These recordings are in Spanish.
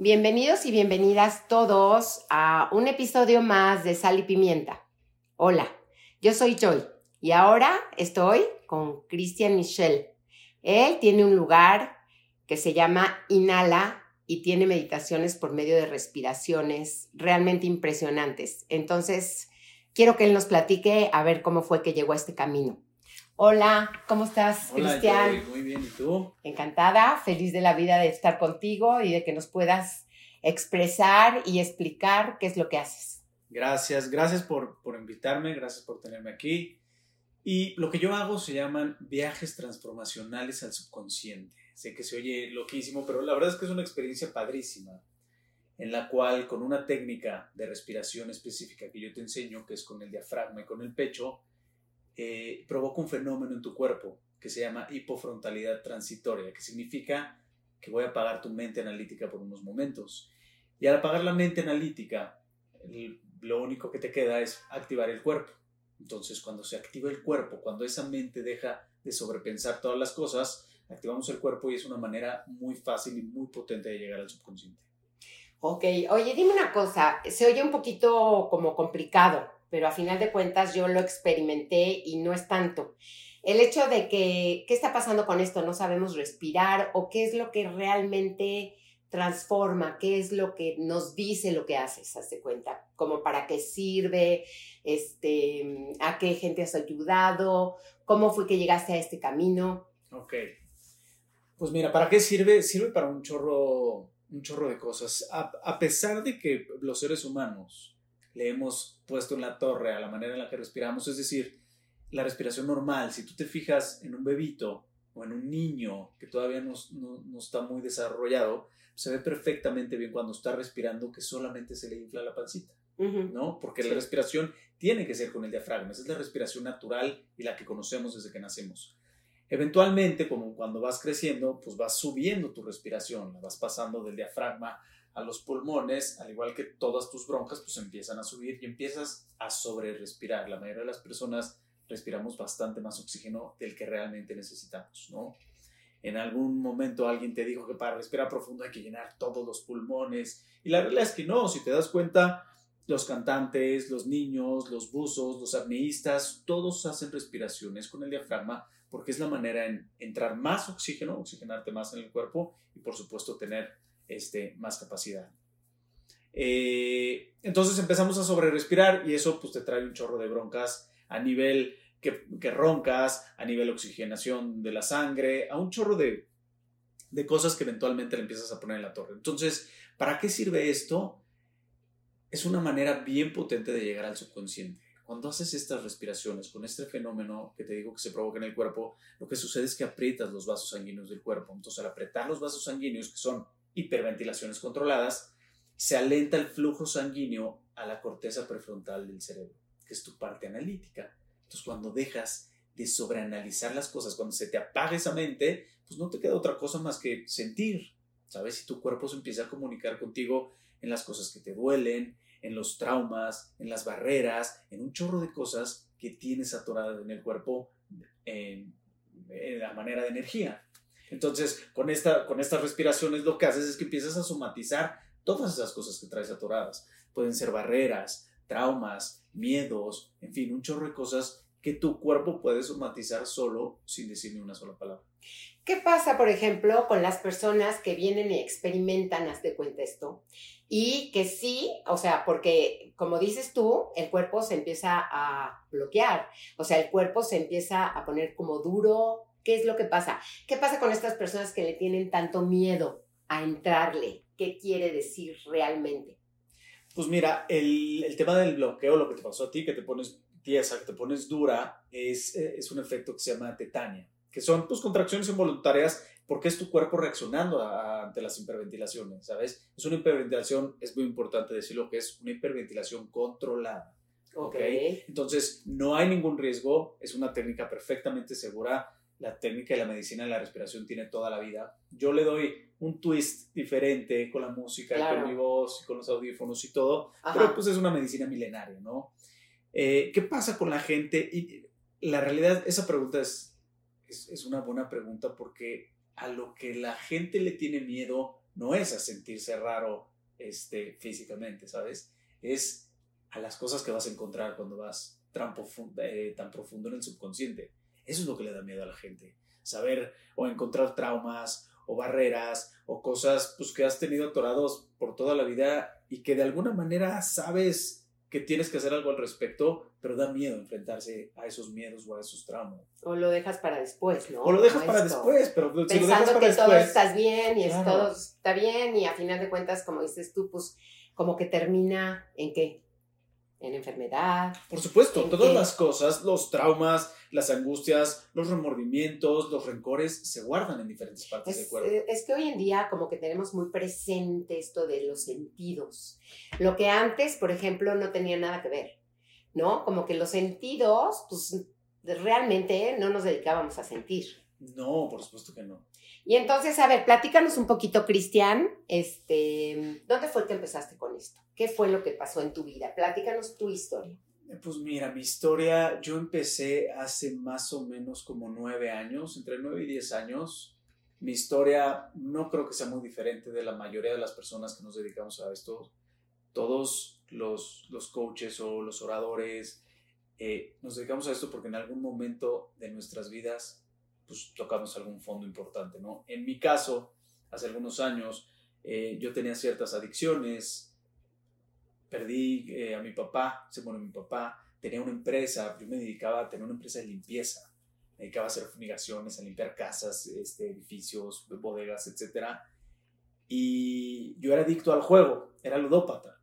Bienvenidos y bienvenidas todos a un episodio más de Sal y Pimienta. Hola, yo soy Joy y ahora estoy con Christian Michel. Él tiene un lugar que se llama Inhala y tiene meditaciones por medio de respiraciones realmente impresionantes. Entonces, quiero que él nos platique a ver cómo fue que llegó a este camino. Hola, ¿cómo estás, Cristian? Hola, Joy, muy bien, ¿y tú? Encantada, feliz de la vida de estar contigo y de que nos puedas expresar y explicar qué es lo que haces. Gracias por invitarme, gracias por tenerme aquí. Y lo que yo hago se llaman viajes transformacionales al subconsciente. Sé que se oye loquísimo, pero la verdad es que es una experiencia padrísima, en la cual con una técnica de respiración específica que yo te enseño, que es con el diafragma y con el pecho, provoca un fenómeno en tu cuerpo que se llama hipofrontalidad transitoria, que significa que voy a apagar tu mente analítica por unos momentos. Y al apagar la mente analítica, lo único que te queda es activar el cuerpo. Entonces, cuando se activa el cuerpo, cuando esa mente deja de sobrepensar todas las cosas, activamos el cuerpo y es una manera muy fácil y muy potente de llegar al subconsciente. Ok, oye, dime una cosa, se oye un poquito como complicado, pero a final de cuentas yo lo experimenté y no es tanto. El hecho de que, ¿qué está pasando con esto? No sabemos respirar o qué es lo que realmente transforma, qué es lo que nos dice lo que haces, hazte cuenta, como para qué sirve, a qué gente has ayudado, cómo fue que llegaste a este camino. Ok, pues mira, ¿para qué sirve? Sirve para un chorro de cosas. A pesar de que los seres humanos le hemos puesto en la torre a la manera en la que respiramos, es decir, la respiración normal, si tú te fijas en un bebito o en un niño que todavía no está muy desarrollado, se ve perfectamente bien cuando está respirando que solamente se le infla la pancita, ¿no? Porque Sí. la respiración tiene que ser con el diafragma, esa es la respiración natural y la que conocemos desde que nacemos. Eventualmente, como cuando vas creciendo, pues vas subiendo tu respiración, la vas pasando del diafragma a los pulmones, al igual que todas tus broncas, pues empiezan a subir y empiezas a sobrerespirar. La mayoría de las personas respiramos bastante más oxígeno del que realmente necesitamos, ¿no? En algún momento alguien te dijo que para respirar profundo hay que llenar todos los pulmones y la realidad es que no, si te das cuenta, los cantantes, los niños, los buzos, los apneístas, todos hacen respiraciones con el diafragma porque es la manera en entrar más oxígeno, oxigenarte más en el cuerpo y por supuesto tener más capacidad. Entonces empezamos a sobrerespirar y eso pues te trae un chorro de broncas a nivel que roncas, a nivel oxigenación de la sangre, a un chorro de cosas que eventualmente le empiezas a poner en la torre. Entonces, ¿para qué sirve esto? Es una manera bien potente de llegar al subconsciente. Cuando haces estas respiraciones con este fenómeno que te digo que se provoca en el cuerpo, lo que sucede es que aprietas los vasos sanguíneos del cuerpo. Entonces, al apretar los vasos sanguíneos, que son hiperventilaciones controladas, se alenta el flujo sanguíneo a la corteza prefrontal del cerebro, que es tu parte analítica. Entonces, cuando dejas de sobreanalizar las cosas, cuando se te apaga esa mente, pues no te queda otra cosa más que sentir, ¿sabes? Y tu cuerpo se empieza a comunicar contigo en las cosas que te duelen, en los traumas, en las barreras, en un chorro de cosas que tienes atoradas en el cuerpo en la manera de energía. Entonces, con estas respiraciones lo que haces es que empiezas a somatizar todas esas cosas que traes atoradas. Pueden ser barreras, traumas, miedos, en fin, un chorro de cosas que tu cuerpo puede somatizar solo sin decir ni una sola palabra. ¿Qué pasa, por ejemplo, con las personas que vienen y experimentan, haz de cuenta esto? Y que sí, o sea, porque como dices tú, el cuerpo se empieza a bloquear, o sea, el cuerpo se empieza a poner como duro. ¿Qué es lo que pasa? ¿Qué pasa con estas personas que le tienen tanto miedo a entrarle? ¿Qué quiere decir realmente? Pues mira, el tema del bloqueo, lo que te pasó a ti, que te pones tiesa, que te pones dura, es un efecto que se llama tetania, que son pues contracciones involuntarias porque es tu cuerpo reaccionando ante las hiperventilaciones, ¿sabes? Es una hiperventilación, es muy importante decirlo, que es una hiperventilación controlada. ¿Ok? Entonces, no hay ningún riesgo, es una técnica perfectamente segura. La técnica de la medicina de la respiración tiene toda la vida. Yo le doy un twist diferente con la música, claro, y con mi voz y con los audífonos y todo, ajá, pero pues es una medicina milenaria, ¿no? ¿Qué pasa con la gente? Y la realidad, esa pregunta es una buena pregunta porque a lo que la gente le tiene miedo no es a sentirse raro físicamente, ¿sabes? Es a las cosas que vas a encontrar cuando vas tan profundo en el subconsciente. Eso es lo que le da miedo a la gente. Saber o encontrar traumas o barreras o cosas pues, que has tenido atorados por toda la vida y que de alguna manera sabes que tienes que hacer algo al respecto, pero da miedo enfrentarse a esos miedos o a esos traumas. O lo dejas para después, ¿no? O lo dejas para después, pero si lo dejas pensando para que después, todo estás bien y claro, todo está bien y a final de cuentas, como dices tú, pues como que termina ¿en qué? En enfermedad. por supuesto, ¿en todas qué? las cosas, los traumas, las angustias, los remordimientos, los rencores se guardan en diferentes partes del cuerpo. Es que hoy en día como que tenemos muy presente esto de los sentidos. Lo que antes, por ejemplo, no tenía nada que ver, ¿no? Como que los sentidos, pues realmente no nos dedicábamos a sentir. No, por supuesto que no. Y entonces, a ver, platícanos un poquito, Cristian, ¿dónde fue que empezaste con esto? ¿Qué fue lo que pasó en tu vida? Platícanos tu historia. Pues mira, mi historia, yo empecé hace más o menos como 9 años, entre 9 y 10 años. Mi historia no creo que sea muy diferente de la mayoría de las personas que nos dedicamos a esto. Todos los coaches o los oradores nos dedicamos a esto porque en algún momento de nuestras vidas pues tocamos algún fondo importante, ¿no? En mi caso, hace algunos años, yo tenía ciertas adicciones. Perdí a mi papá, se murió mi papá, tenía una empresa, yo me dedicaba a tener una empresa de limpieza, me dedicaba a hacer fumigaciones, a limpiar casas, edificios, bodegas, etc. Y yo era adicto al juego, era ludópata.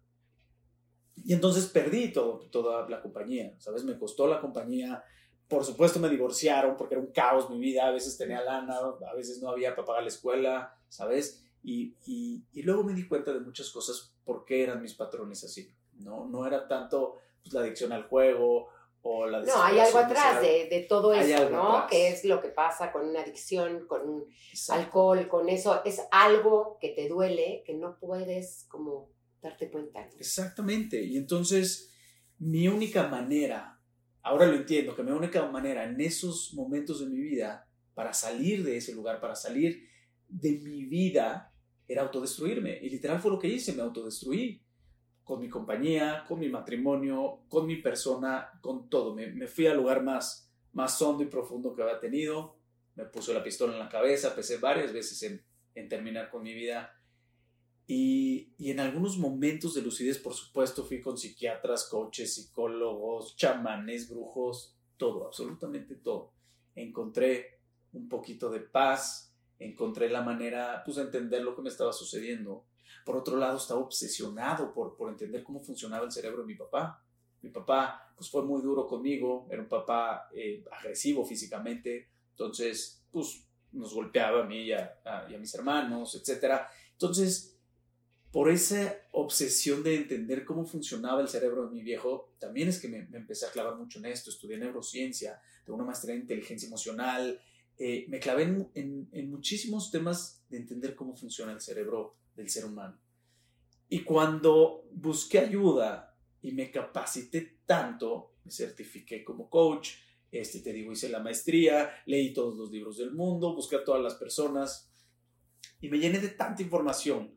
Y entonces perdí toda la compañía, ¿sabes? Me costó la compañía, por supuesto me divorciaron porque era un caos mi vida, a veces tenía lana, a veces no había para pagar la escuela, ¿sabes? Y luego me di cuenta de muchas cosas por qué eran mis patrones así. No era tanto pues, la adicción al juego o la No, hay algo desesperación atrás de todo Hay eso, algo ¿no? atrás. Que es lo que pasa con una adicción, con un Exacto. alcohol, con eso. Es algo que te duele, que no puedes como darte cuenta, ¿no? Exactamente. Y entonces mi única manera, ahora lo entiendo, que mi única manera en esos momentos de mi vida para salir de ese lugar, para salir de mi vida, era autodestruirme. Y literal fue lo que hice, me autodestruí. Con mi compañía, con mi matrimonio, con mi persona, con todo. Me fui al lugar más hondo y profundo que había tenido. Me puse la pistola en la cabeza, pensé varias veces en terminar con mi vida. Y en algunos momentos de lucidez, por supuesto, fui con psiquiatras, coaches, psicólogos, chamanes, brujos, todo, absolutamente todo. Encontré un poquito de paz, encontré la manera pues, de entender lo que me estaba sucediendo. Por otro lado, estaba obsesionado por entender cómo funcionaba el cerebro de mi papá. Mi papá pues, fue muy duro conmigo, era un papá agresivo físicamente, entonces pues, nos golpeaba a mí y a mis hermanos, etc. Entonces, por esa obsesión de entender cómo funcionaba el cerebro de mi viejo, también es que me empecé a clavar mucho en esto. Estudié neurociencia, tengo una maestría en inteligencia emocional, me clavé en muchísimos temas de entender cómo funciona el cerebro del ser humano. Y cuando busqué ayuda y me capacité tanto, me certifiqué como coach, te digo, hice la maestría, leí todos los libros del mundo, busqué a todas las personas y me llené de tanta información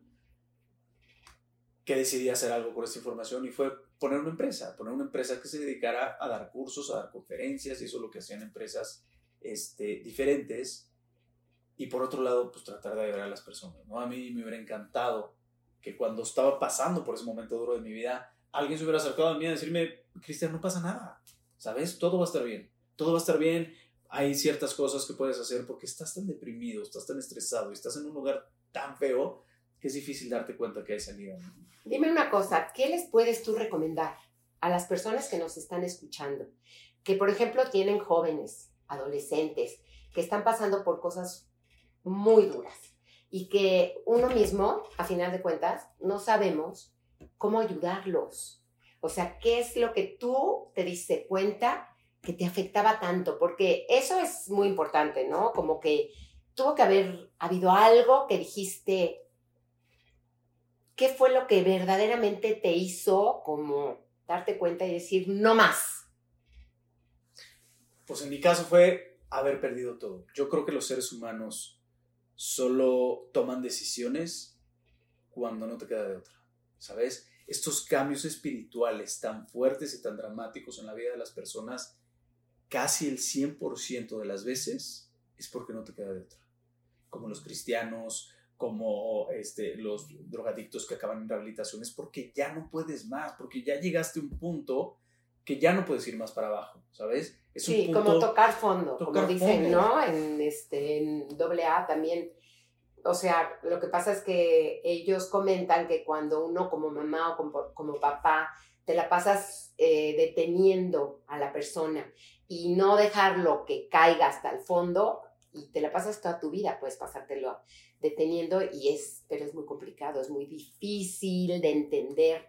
que decidí hacer algo con esa información y fue poner una empresa que se dedicara a dar cursos, a dar conferencias, y eso es lo que hacían empresas diferentes. Y por otro lado, pues tratar de ayudar a las personas, ¿no? A mí me hubiera encantado que cuando estaba pasando por ese momento duro de mi vida, alguien se hubiera acercado a mí a decirme, Cristian, no pasa nada, ¿sabes? Todo va a estar bien, todo va a estar bien. Hay ciertas cosas que puedes hacer porque estás tan deprimido, estás tan estresado y estás en un lugar tan feo que es difícil darte cuenta que hay salida. Dime una cosa, ¿qué les puedes tú recomendar a las personas que nos están escuchando? Que, por ejemplo, tienen jóvenes, adolescentes, que están pasando por cosas muy duras y que uno mismo, a final de cuentas, no sabemos cómo ayudarlos. O sea, ¿qué es lo que tú te diste cuenta que te afectaba tanto? Porque eso es muy importante, ¿no? Como que tuvo que haber habido algo que dijiste, ¿qué fue lo que verdaderamente te hizo como darte cuenta y decir, no más? Pues en mi caso fue haber perdido todo. Yo creo que los seres humanos solo toman decisiones cuando no te queda de otra, ¿sabes? Estos cambios espirituales tan fuertes y tan dramáticos en la vida de las personas, casi el 100% de las veces es porque no te queda de otra. Como los cristianos, como los drogadictos que acaban en rehabilitaciones, porque ya no puedes más, porque ya llegaste a un punto que ya no puedes ir más para abajo, ¿sabes? Es sí, un punto, como tocar fondo, como dicen, fondo. ¿no? En AA también. O sea, lo que pasa es que ellos comentan que cuando uno como mamá o como papá te la pasas deteniendo a la persona y no dejarlo que caiga hasta el fondo, y te la pasas toda tu vida, puedes pasártelo deteniendo, pero es muy complicado, es muy difícil de entender,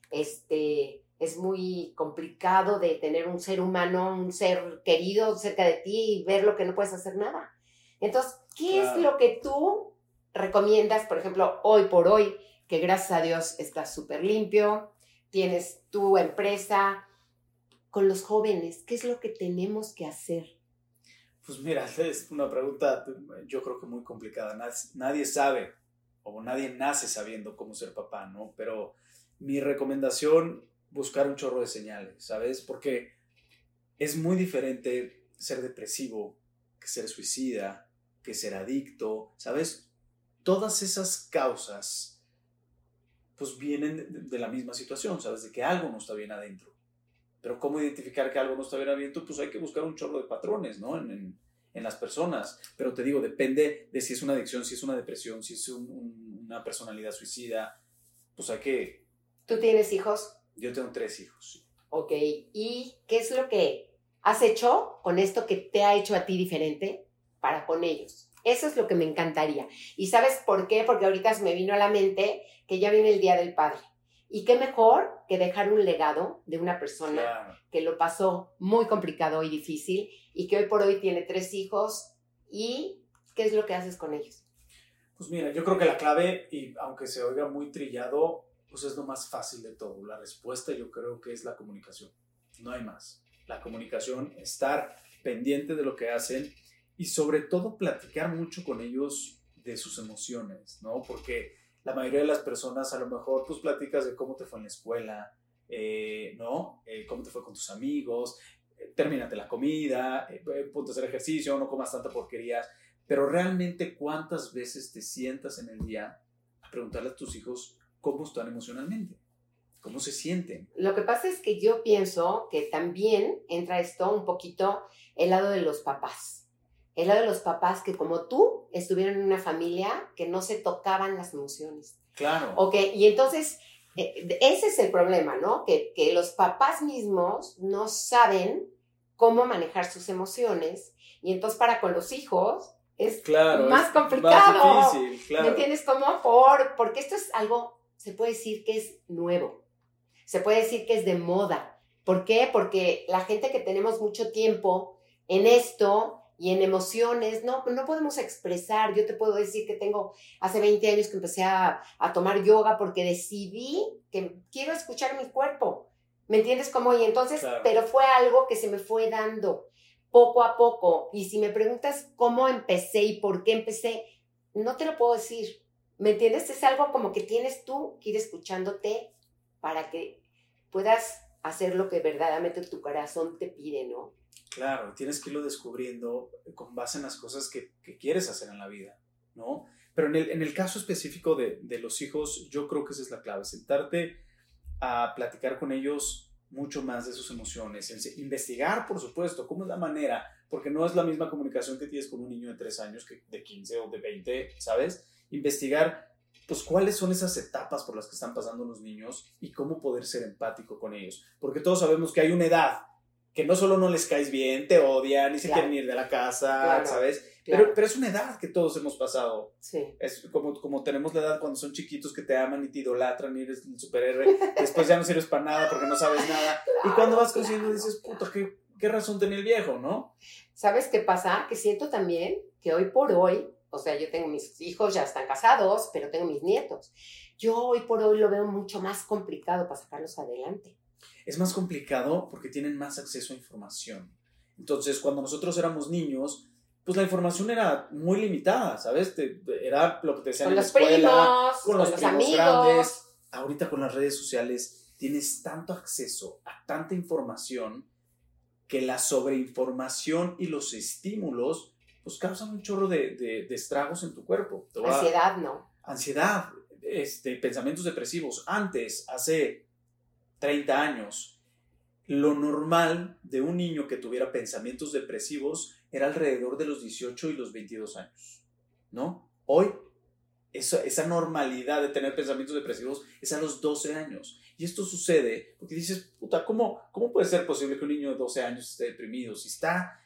es muy complicado de tener un ser humano, un ser querido cerca de ti y ver lo que no puedes hacer nada. Entonces, ¿qué es lo que tú recomiendas, por ejemplo, hoy por hoy, que gracias a Dios estás súper limpio, tienes tu empresa, con los jóvenes, ¿qué es lo que tenemos que hacer? Pues mira, es una pregunta yo creo que muy complicada. Nadie sabe o nadie nace sabiendo cómo ser papá, ¿no? Pero mi recomendación, buscar un chorro de señales, ¿sabes? Porque es muy diferente ser depresivo que ser suicida, que ser adicto, ¿sabes? Todas esas causas pues vienen de la misma situación, ¿sabes? De que algo no está bien adentro. Pero ¿cómo identificar que algo no está bien adentro? Pues hay que buscar un chorro de patrones, ¿no? En las personas. Pero te digo, depende de si es una adicción, si es una depresión, si es una personalidad suicida. Pues hay que... ¿Tú tienes hijos? Yo tengo 3 hijos, sí. Ok, ¿y qué es lo que has hecho con esto que te ha hecho a ti diferente para con ellos? Eso es lo que me encantaría. ¿Y sabes por qué? Porque ahorita se me vino a la mente que ya viene el Día del Padre. Y qué mejor que dejar un legado de una persona Claro. que lo pasó muy complicado y difícil y que hoy por hoy tiene 3 hijos. ¿Y qué es lo que haces con ellos? Pues mira, yo creo que la clave, y aunque se oiga muy trillado, pues es lo más fácil de todo. La respuesta yo creo que es la comunicación. No hay más. La comunicación, estar pendiente de lo que hacen y sobre todo platicar mucho con ellos de sus emociones, ¿no? Porque la mayoría de las personas a lo mejor pues platicas de cómo te fue en la escuela, ¿no? Cómo te fue con tus amigos, termínate la comida, ponte a hacer ejercicio, no comas tanta porquería. Pero realmente, ¿cuántas veces te sientas en el día a preguntarle a tus hijos cómo están emocionalmente? ¿Cómo se sienten? Lo que pasa es que yo pienso que también entra esto un poquito el lado de los papás. El lado de los papás que como tú estuvieron en una familia que no se tocaban las emociones. Claro. Ok, y entonces ese es el problema, ¿no? Que los papás mismos no saben cómo manejar sus emociones y entonces para con los hijos es más complicado. Más difícil, claro. ¿Me entiendes cómo? Porque esto es algo, se puede decir que es nuevo. Se puede decir que es de moda. ¿Por qué? Porque la gente que tenemos mucho tiempo en esto y en emociones, no podemos expresar. Yo te puedo decir que tengo hace 20 años que empecé a tomar yoga porque decidí que quiero escuchar mi cuerpo. ¿Me entiendes cómo? Y entonces, claro. Pero fue algo que se me fue dando poco a poco. Y si me preguntas cómo empecé y por qué empecé, no te lo puedo decir. ¿Me entiendes? Es algo como que tienes tú que ir escuchándote para que puedas hacer lo que verdaderamente tu corazón te pide, ¿no? Claro, tienes que irlo descubriendo con base en las cosas que quieres hacer en la vida, ¿no? Pero en el caso específico de los hijos, yo creo que esa es la clave, sentarte a platicar con ellos mucho más de sus emociones, investigar, por supuesto, cómo es la manera, porque no es la misma comunicación que tienes con un niño de 3 años que de 15 o de 20, ¿sabes? Investigar pues cuáles son esas etapas por las que están pasando los niños y cómo poder ser empático con ellos. Porque todos sabemos que hay una edad que no solo no les caes bien, te odian y se quieren ir de la casa, ¿sabes? Claro. Pero es una edad que todos hemos pasado. Sí. Es como tenemos la edad cuando son chiquitos que te aman y te idolatran y eres el superhéroe. Después ya no sirves para nada porque no sabes nada. Claro, y cuando vas creciendo dices, puta, ¿qué razón tenía el viejo, no? ¿Sabes qué pasa? Que siento también que hoy por hoy, o sea, yo tengo mis hijos, ya están casados, pero tengo mis nietos. Yo hoy por hoy lo veo mucho más complicado para sacarlos adelante. Es más complicado porque tienen más acceso a información. Entonces, cuando nosotros éramos niños, pues la información era muy limitada, ¿sabes? Era lo que te decían con en la los escuela, primos, con los los primos amigos. grandes. Ahorita con las redes sociales tienes tanto acceso a tanta información que la sobreinformación y los estímulos pues causan un chorro de estragos en tu cuerpo. Ansiedad, ¿no? Ansiedad, pensamientos depresivos. Antes, hace 30 años, lo normal de un niño que tuviera pensamientos depresivos era alrededor de los 18 y los 22 años, ¿no? Hoy, esa normalidad de tener pensamientos depresivos es a los 12 años. Y esto sucede porque dices, puta, ¿cómo puede ser posible que un niño de 12 años esté deprimido? Si está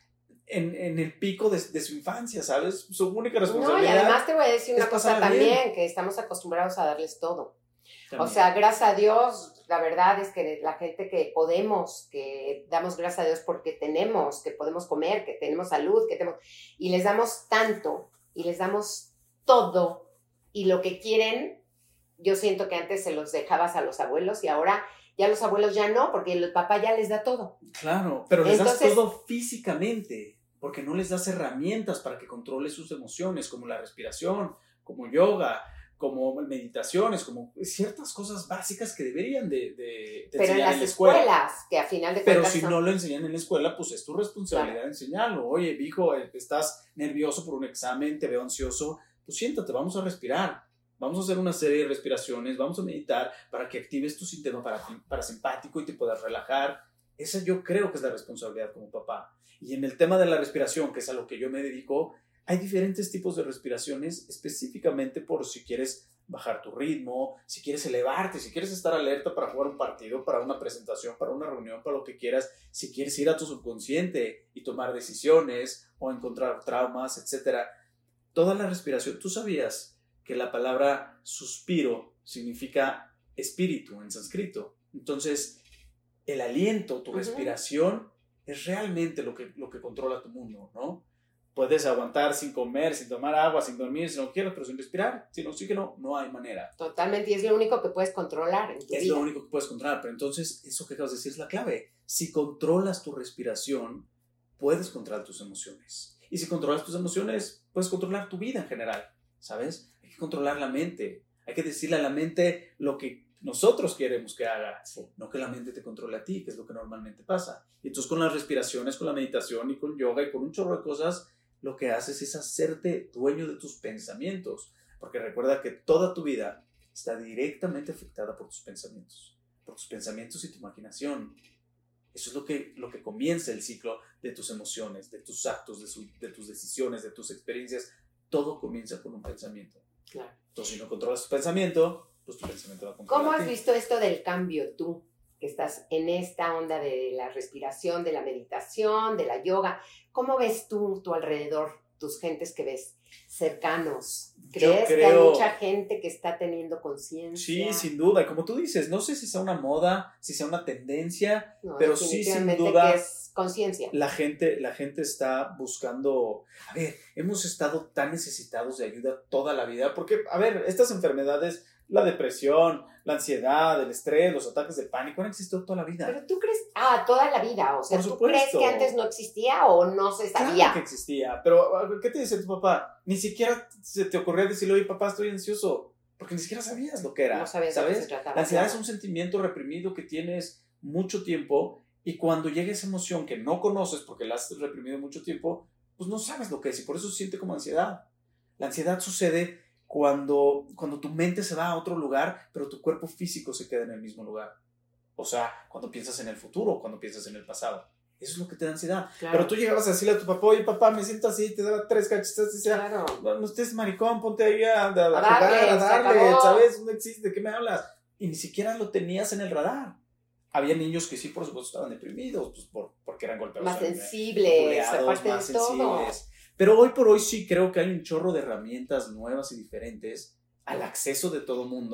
en el pico de su infancia, ¿sabes? Su única responsabilidad. No, y además te voy a decir una cosa también, bien. que estamos acostumbrados a darles todo. También. O sea, gracias a Dios, la verdad es que la gente que podemos, que damos gracias a Dios porque tenemos, que podemos comer, que tenemos salud, y les damos tanto, y les damos todo, y lo que quieren, yo siento que antes se los dejabas a los abuelos, y ahora ya los abuelos ya no, porque el papá ya les da todo. Claro, pero les das todo físicamente, porque no les das herramientas para que controle sus emociones, como la respiración, como yoga, como meditaciones, como ciertas cosas básicas que deberían de pero enseñar en las en la escuela. escuelas, que a final de Pero cuentas si no lo enseñan en la escuela, pues es tu responsabilidad enseñarlo. Oye, hijo, estás nervioso por un examen, te veo ansioso, pues siéntate, vamos a respirar. Vamos a hacer una serie de respiraciones, vamos a meditar para que actives tu sistema parasimpático y te puedas relajar. Esa yo creo que es la responsabilidad como papá. Y en el tema de la respiración, que es a lo que yo me dedico, hay diferentes tipos de respiraciones específicamente por si quieres bajar tu ritmo, si quieres elevarte, si quieres estar alerta para jugar un partido, para una presentación, para una reunión, para lo que quieras, si quieres ir a tu subconsciente y tomar decisiones o encontrar traumas, etc. Toda la respiración, ¿tú sabías que la palabra suspiro significa espíritu en sánscrito? Entonces, el aliento, tu respiración, es realmente lo que controla tu mundo, ¿no? Puedes aguantar sin comer, sin tomar agua, sin dormir, si no quieres, pero sin respirar. Sin oxígeno no hay manera. Totalmente, y es lo único que puedes controlar en tu vida. Es lo único que puedes controlar, pero entonces eso que acabas de decir es la clave. Si controlas tu respiración, puedes controlar tus emociones. Y si controlas tus emociones, puedes controlar tu vida en general, ¿sabes? Hay que controlar la mente. Hay que decirle a la mente lo que nosotros queremos que haga, no que la mente te controle a ti, que es lo que normalmente pasa. Y entonces con las respiraciones, con la meditación y con yoga y con un chorro de cosas, lo que haces es hacerte dueño de tus pensamientos. Porque recuerda que toda tu vida está directamente afectada por tus pensamientos y tu imaginación. Eso es lo que comienza el ciclo de tus emociones, de tus actos, de tus decisiones, de tus experiencias. Todo comienza con un pensamiento. Claro. Entonces, si no controlas tu pensamiento, pues tu pensamiento va a controlar. ¿Cómo has visto esto del cambio tú, que estás en esta onda de la respiración, de la meditación, de la yoga? ¿Cómo ves tú tu alrededor, tus gentes que ves cercanos? ¿Crees que hay mucha gente que está teniendo conciencia? Sí, sin duda. Como tú dices, no sé si sea una moda, si sea una tendencia, pero sí, sin duda, que es conciencia. La gente está buscando. A ver, hemos estado tan necesitados de ayuda toda la vida, porque, a ver, estas enfermedades, la depresión, la ansiedad, el estrés, los ataques de pánico han existido toda la vida. Pero tú crees, toda la vida, o sea, Por ¿tú supuesto. crees que antes no existía o no se sabía? Claro que existía, pero ¿qué te dice tu papá? Ni siquiera se te ocurría decirle, oye, papá, estoy ansioso, porque ni siquiera sabías lo que era. No sabías, ¿sabes? De qué se trataba. La ansiedad es un sentimiento reprimido que tienes mucho tiempo, y cuando llega esa emoción que no conoces porque la has reprimido mucho tiempo, pues no sabes lo que es, y por eso se siente como ansiedad. La ansiedad sucede cuando tu mente se va a otro lugar, pero tu cuerpo físico se queda en el mismo lugar. O sea, cuando piensas en el futuro, cuando piensas en el pasado. Eso es lo que te da ansiedad. Claro. Pero tú llegabas a decirle a tu papá, oye, papá, me siento así, te daba 3 cachetas, y decía, claro. No estés maricón, ponte ahí a darle, ¿sabes? No existe, ¿de qué me hablas? Y ni siquiera lo tenías en el radar. Había niños que sí, por supuesto, estaban deprimidos, pues porque eran golpeados. Más sensibles, aparte más de todo. sensibles. Pero hoy por hoy sí creo que hay un chorro de herramientas nuevas y diferentes al acceso de todo mundo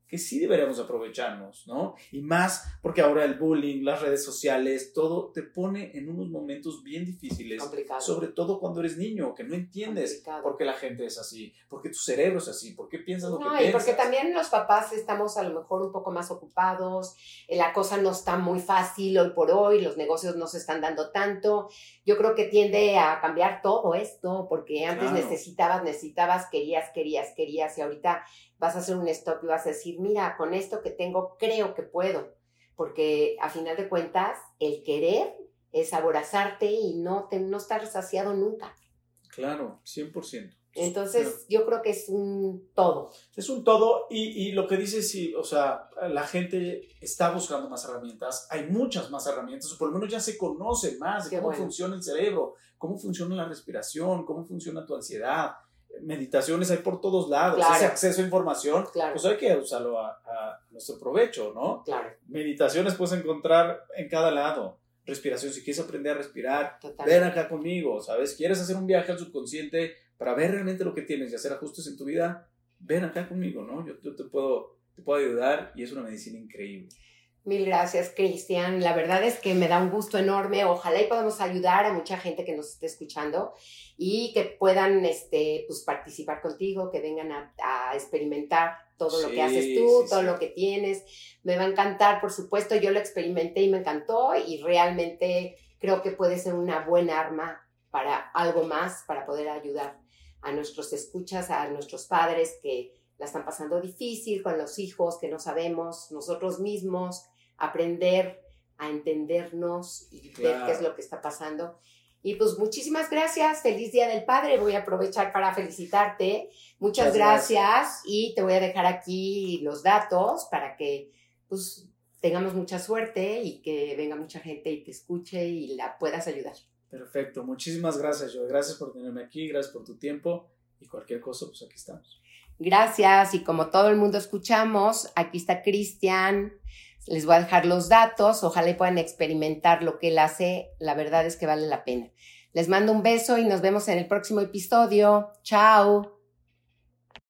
que sí deberíamos aprovecharnos, ¿no? Y más porque ahora el bullying, las redes sociales, todo te pone en unos momentos bien difíciles. Complicado. Sobre todo cuando eres niño, que no entiendes por qué la gente es así, por qué tu cerebro es así, por qué piensas lo que piensas. Y porque también los papás estamos a lo mejor un poco más ocupados, la cosa no está muy fácil hoy por hoy, los negocios no se están dando tanto. Yo creo que tiende a cambiar todo esto, porque antes necesitabas, querías, y ahorita vas a hacer un stop y vas a decir, mira, con esto que tengo creo que puedo, porque a final de cuentas el querer es abrazarte y no estar saciado nunca. Claro, 100%. Entonces, yo creo que es un todo. Es un todo y lo que dices, sí, o sea, la gente está buscando más herramientas, hay muchas más herramientas, o por lo menos ya se conoce más de cómo funciona el cerebro, cómo funciona la respiración, cómo funciona tu ansiedad. Meditaciones hay por todos lados, claro. Ese acceso a información, claro. Pues hay que usarlo a nuestro provecho, ¿no? Claro. Meditaciones puedes encontrar en cada lado. Respiración, si quieres aprender a respirar, Totalmente. ven acá conmigo, ¿sabes? ¿Quieres hacer un viaje al subconsciente para ver realmente lo que tienes y hacer ajustes en tu vida? Ven acá conmigo, ¿no? Yo te puedo ayudar y es una medicina increíble. Mil gracias, Cristian. La verdad es que me da un gusto enorme. Ojalá y podamos ayudar a mucha gente que nos esté escuchando y que puedan pues, participar contigo, que vengan a experimentar todo lo que haces tú, todo lo que tienes. Me va a encantar, por supuesto. Yo lo experimenté y me encantó y realmente creo que puede ser una buena arma para algo más, para poder ayudar a nuestros escuchas, a nuestros padres que la están pasando difícil con los hijos, que no sabemos, nosotros mismos, aprender a entendernos y ver qué es lo que está pasando. Y pues muchísimas gracias, feliz Día del Padre, voy a aprovechar para felicitarte, muchas gracias y te voy a dejar aquí los datos para que pues tengamos mucha suerte y que venga mucha gente y te escuche y la puedas ayudar. Perfecto, muchísimas gracias, Joy, gracias por tenerme aquí, gracias por tu tiempo y cualquier cosa, pues aquí estamos. Gracias, y como todo el mundo escuchamos, aquí está Cristian, les voy a dejar los datos, ojalá puedan experimentar lo que él hace, la verdad es que vale la pena. Les mando un beso y nos vemos en el próximo episodio. Chao.